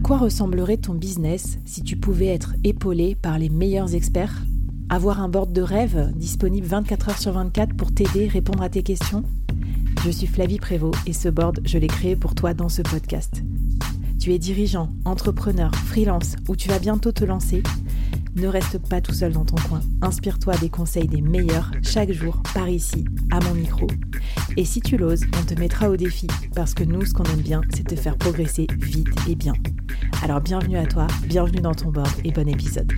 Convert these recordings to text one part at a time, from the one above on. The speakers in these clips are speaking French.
quoi ressemblerait ton business si tu pouvais être épaulé par les meilleurs experts ? Avoir un board de rêve disponible 24 heures sur 24 pour t'aider, répondre à tes questions ? Je suis Flavie Prévost et ce board, je l'ai créé pour toi dans ce podcast. Tu es dirigeant, entrepreneur, freelance ou tu vas bientôt te lancer ? Ne reste pas tout seul dans ton coin. Inspire-toi des conseils des meilleurs chaque jour par ici, à mon micro. Et si tu l'oses, on te mettra au défi parce que nous, ce qu'on aime bien, c'est te faire progresser vite et bien. Alors bienvenue à toi, bienvenue dans ton board et bon épisode.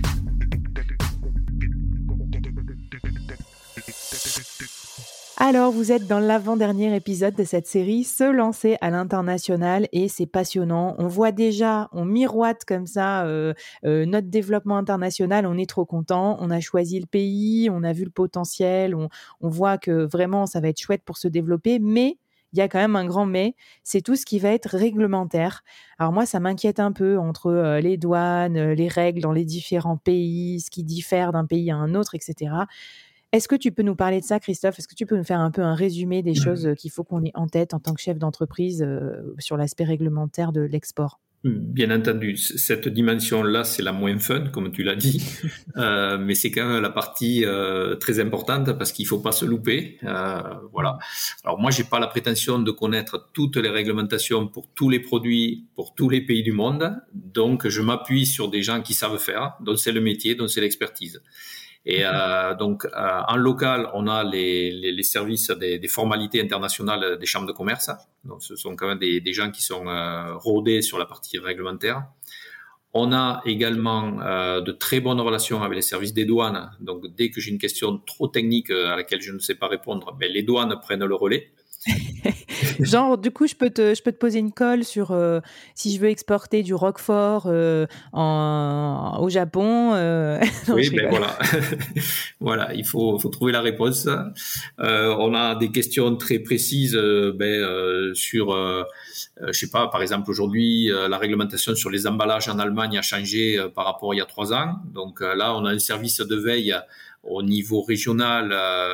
Alors, vous êtes dans l'avant-dernier épisode de cette série, Se lancer à l'international, et c'est passionnant. On voit déjà, on miroite comme ça notre développement international, on est trop content, on a choisi le pays, on a vu le potentiel, on voit que vraiment ça va être chouette pour se développer, mais il y a quand même un grand mais, c'est tout ce qui va être réglementaire. Alors moi, ça m'inquiète un peu entre les douanes, les règles dans les différents pays, ce qui diffère d'un pays à un autre, etc. Est-ce que tu peux nous parler de ça, Christophe ? Est-ce que tu peux nous faire un peu un résumé des choses qu'il faut qu'on ait en tête en tant que chef d'entreprise sur l'aspect réglementaire de l'export ? Bien entendu, cette dimension-là, c'est la moins fun, comme tu l'as dit, mais c'est quand même la partie très importante parce qu'il faut pas se louper. Voilà. Alors moi, j'ai pas la prétention de connaître toutes les réglementations pour tous les produits, pour tous les pays du monde, donc je m'appuie sur des gens qui savent faire, dont c'est le métier, dont c'est l'expertise. Et donc en local, on a les services des formalités internationales des chambres de commerce. Donc ce sont quand même des gens qui sont rodés sur la partie réglementaire. On a également de très bonnes relations avec les services des douanes. Donc dès que j'ai une question trop technique à laquelle je ne sais pas répondre, ben, les douanes prennent le relais. Genre, du coup, je peux te poser une colle sur si je veux exporter du Roquefort au Japon. Non, Oui, ben voilà, voilà, il faut trouver la réponse. On a des questions très précises, sur, je sais pas, par exemple aujourd'hui, la réglementation sur les emballages en Allemagne a changé par rapport à il y a 3 ans. Donc là, on a un service de veille au niveau régional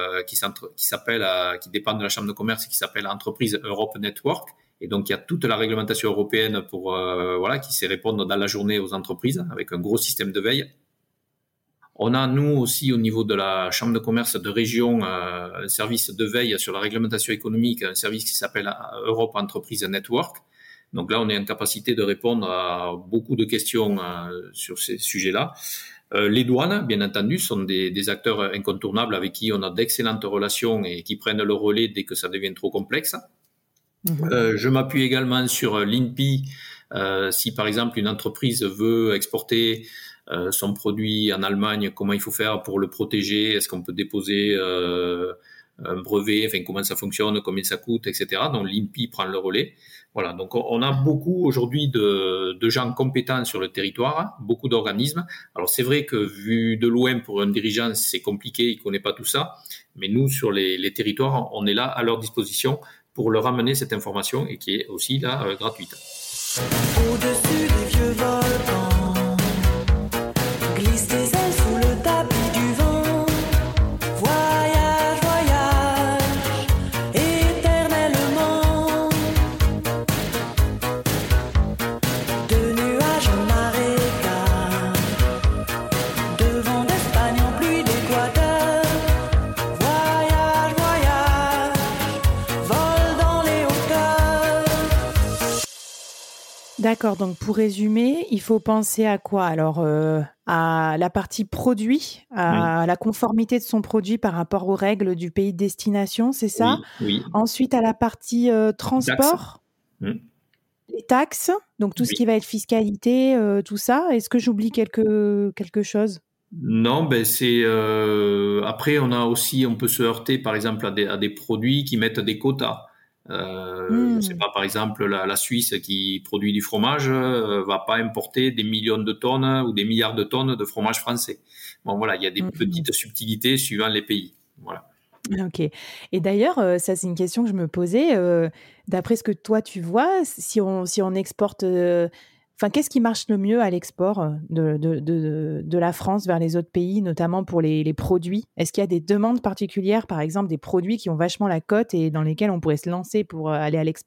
qui dépend de la Chambre de commerce et qui s'appelle Entreprise Europe Network. Et donc, il y a toute la réglementation européenne qui sait répondre dans la journée aux entreprises avec un gros système de veille. On a, nous aussi, au niveau de la Chambre de commerce de région, un service de veille sur la réglementation économique, un service qui s'appelle Europe Entreprise Network. Donc là, on est en capacité de répondre à beaucoup de questions sur ces sujets-là. Les douanes, bien entendu, sont des acteurs incontournables avec qui on a d'excellentes relations et qui prennent le relais dès que ça devient trop complexe. Je m'appuie également sur l'INPI. Si, par exemple, une entreprise veut exporter son produit en Allemagne, comment il faut faire pour le protéger ? Est-ce qu'on peut déposer un brevet ? Enfin, comment ça fonctionne ? Combien ça coûte, etc. Donc, l'INPI prend le relais. Voilà. Donc, on a beaucoup aujourd'hui de gens compétents sur le territoire, beaucoup d'organismes. Alors, c'est vrai que vu de loin pour un dirigeant, c'est compliqué, il connaît pas tout ça. Mais nous, sur les territoires, on est là à leur disposition pour leur amener cette information et qui est aussi là gratuite. Au-dessus des vieux volcans, glisse tes ailes sous le tapis du vent. Voyage, voyage, éternellement. De nuages en marécage, de vent d'Espagne en pluie d'Équateur. Voyage, voyage, vol dans les hauteurs. D'accord, donc pour résumer, il faut penser à quoi ? Alors, à la partie produit, à la conformité de son produit par rapport aux règles du pays de destination, c'est ça ? Oui. Ensuite, à la partie transport, les taxes, donc tout ce qui va être fiscalité, tout ça. Est-ce que j'oublie quelque chose ? Non, ben c'est après on peut se heurter par exemple à des produits qui mettent des quotas. Je sais pas, par exemple la Suisse qui produit du fromage va pas importer des millions de tonnes ou des milliards de tonnes de fromage français. Bon voilà, il y a des petites subtilités suivant les pays. Voilà. Ok. Et d'ailleurs, ça c'est une question que je me posais. D'après ce que toi tu vois, si on exporte, qu'est-ce qui marche le mieux à l'export de la France vers les autres pays, notamment pour les produits ? Est-ce qu'il y a des demandes particulières, par exemple des produits qui ont vachement la cote et dans lesquels on pourrait se lancer pour aller à l'export ?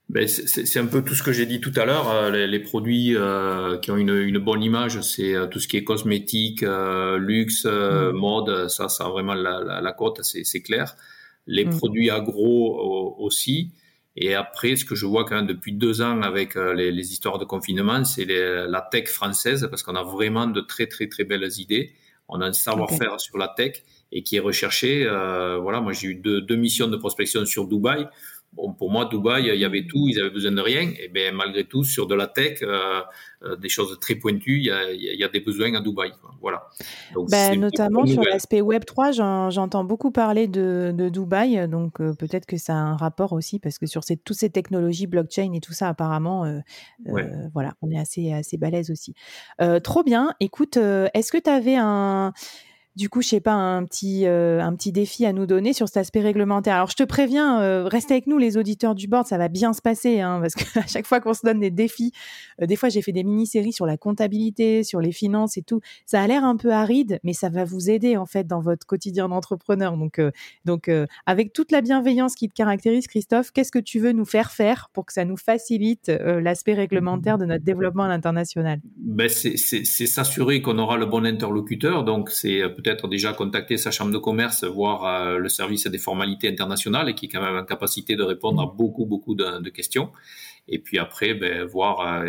Ben, c'est un peu tout ce que j'ai dit tout à l'heure. Les produits qui ont une bonne image, c'est tout ce qui est cosmétique, luxe, mode. Ça a vraiment la cote, c'est clair. Les produits agro aussi. Et après, ce que je vois quand même depuis 2 ans avec les histoires de confinement, c'est la tech française, parce qu'on a vraiment de très très très belles idées. On a un savoir-faire sur la tech et qui est recherché. Voilà, moi j'ai eu deux missions de prospection sur Dubaï. Bon, pour moi, Dubaï, il y avait tout, ils avaient besoin de rien. Et bien, malgré tout, sur de la tech, des choses très pointues, il y a des besoins à Dubaï, quoi. Voilà. Donc, c'est notamment sur l'aspect Web3, j'entends beaucoup parler de Dubaï, donc peut-être que ça a un rapport aussi, parce que sur toutes ces technologies blockchain et tout ça, apparemment, voilà, on est assez balèze aussi. Trop bien. Écoute, est-ce que tu avais du coup, je sais pas, un petit défi à nous donner sur cet aspect réglementaire. Alors, je te préviens, restez avec nous, les auditeurs du board, ça va bien se passer, hein, parce qu'à chaque fois qu'on se donne des défis, des fois, j'ai fait des mini-séries sur la comptabilité, sur les finances et tout. Ça a l'air un peu aride, mais ça va vous aider, en fait, dans votre quotidien d'entrepreneur. Donc, avec toute la bienveillance qui te caractérise, Christophe, qu'est-ce que tu veux nous faire pour que ça nous facilite l'aspect réglementaire de notre développement à l'international? Ben, c'est s'assurer qu'on aura le bon interlocuteur. Donc, c'est peut-être déjà contacter sa chambre de commerce, voir le service des formalités internationales, qui est quand même en capacité de répondre à beaucoup de questions. Et puis après, voir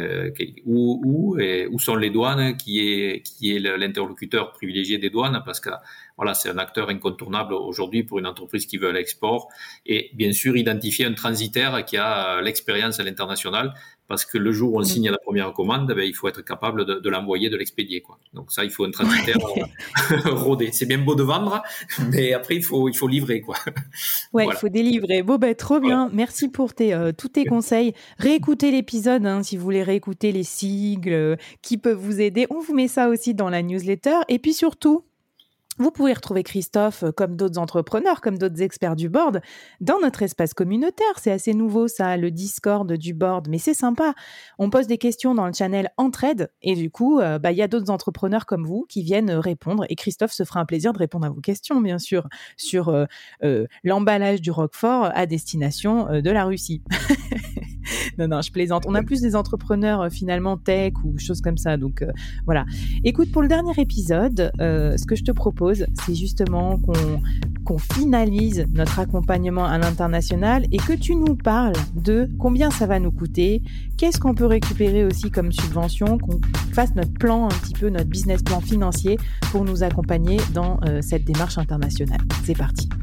où sont les douanes, qui est l'interlocuteur privilégié des douanes, parce que voilà, c'est un acteur incontournable aujourd'hui pour une entreprise qui veut l'export. Et bien sûr, identifier un transitaire qui a l'expérience à l'international, parce que le jour où on signe la première commande, il faut être capable de l'envoyer, de l'expédier, quoi. Donc ça, il faut un transitaire rodé. C'est bien beau de vendre, mais après, il faut livrer, quoi. Ouais, voilà. Il faut délivrer. Bon, trop bien. Merci pour tous tes conseils. Réécoutez l'épisode, hein, si vous voulez réécouter les sigles qui peuvent vous aider. On vous met ça aussi dans la newsletter. Et puis surtout, vous pouvez retrouver Christophe, comme d'autres entrepreneurs, comme d'autres experts du board, dans notre espace communautaire. C'est assez nouveau, ça, le Discord du board, mais c'est sympa. On pose des questions dans le channel Entraide, et du coup, y a d'autres entrepreneurs comme vous qui viennent répondre, et Christophe se fera un plaisir de répondre à vos questions, bien sûr, sur l'emballage du Roquefort à destination de la Russie. Non, je plaisante. On a plus des entrepreneurs finalement tech ou choses comme ça. Donc voilà. Écoute, pour le dernier épisode, ce que je te propose, c'est justement qu'on finalise notre accompagnement à l'international et que tu nous parles de combien ça va nous coûter, qu'est-ce qu'on peut récupérer aussi comme subvention, qu'on fasse notre plan, un petit peu notre business plan financier pour nous accompagner dans cette démarche internationale. C'est parti.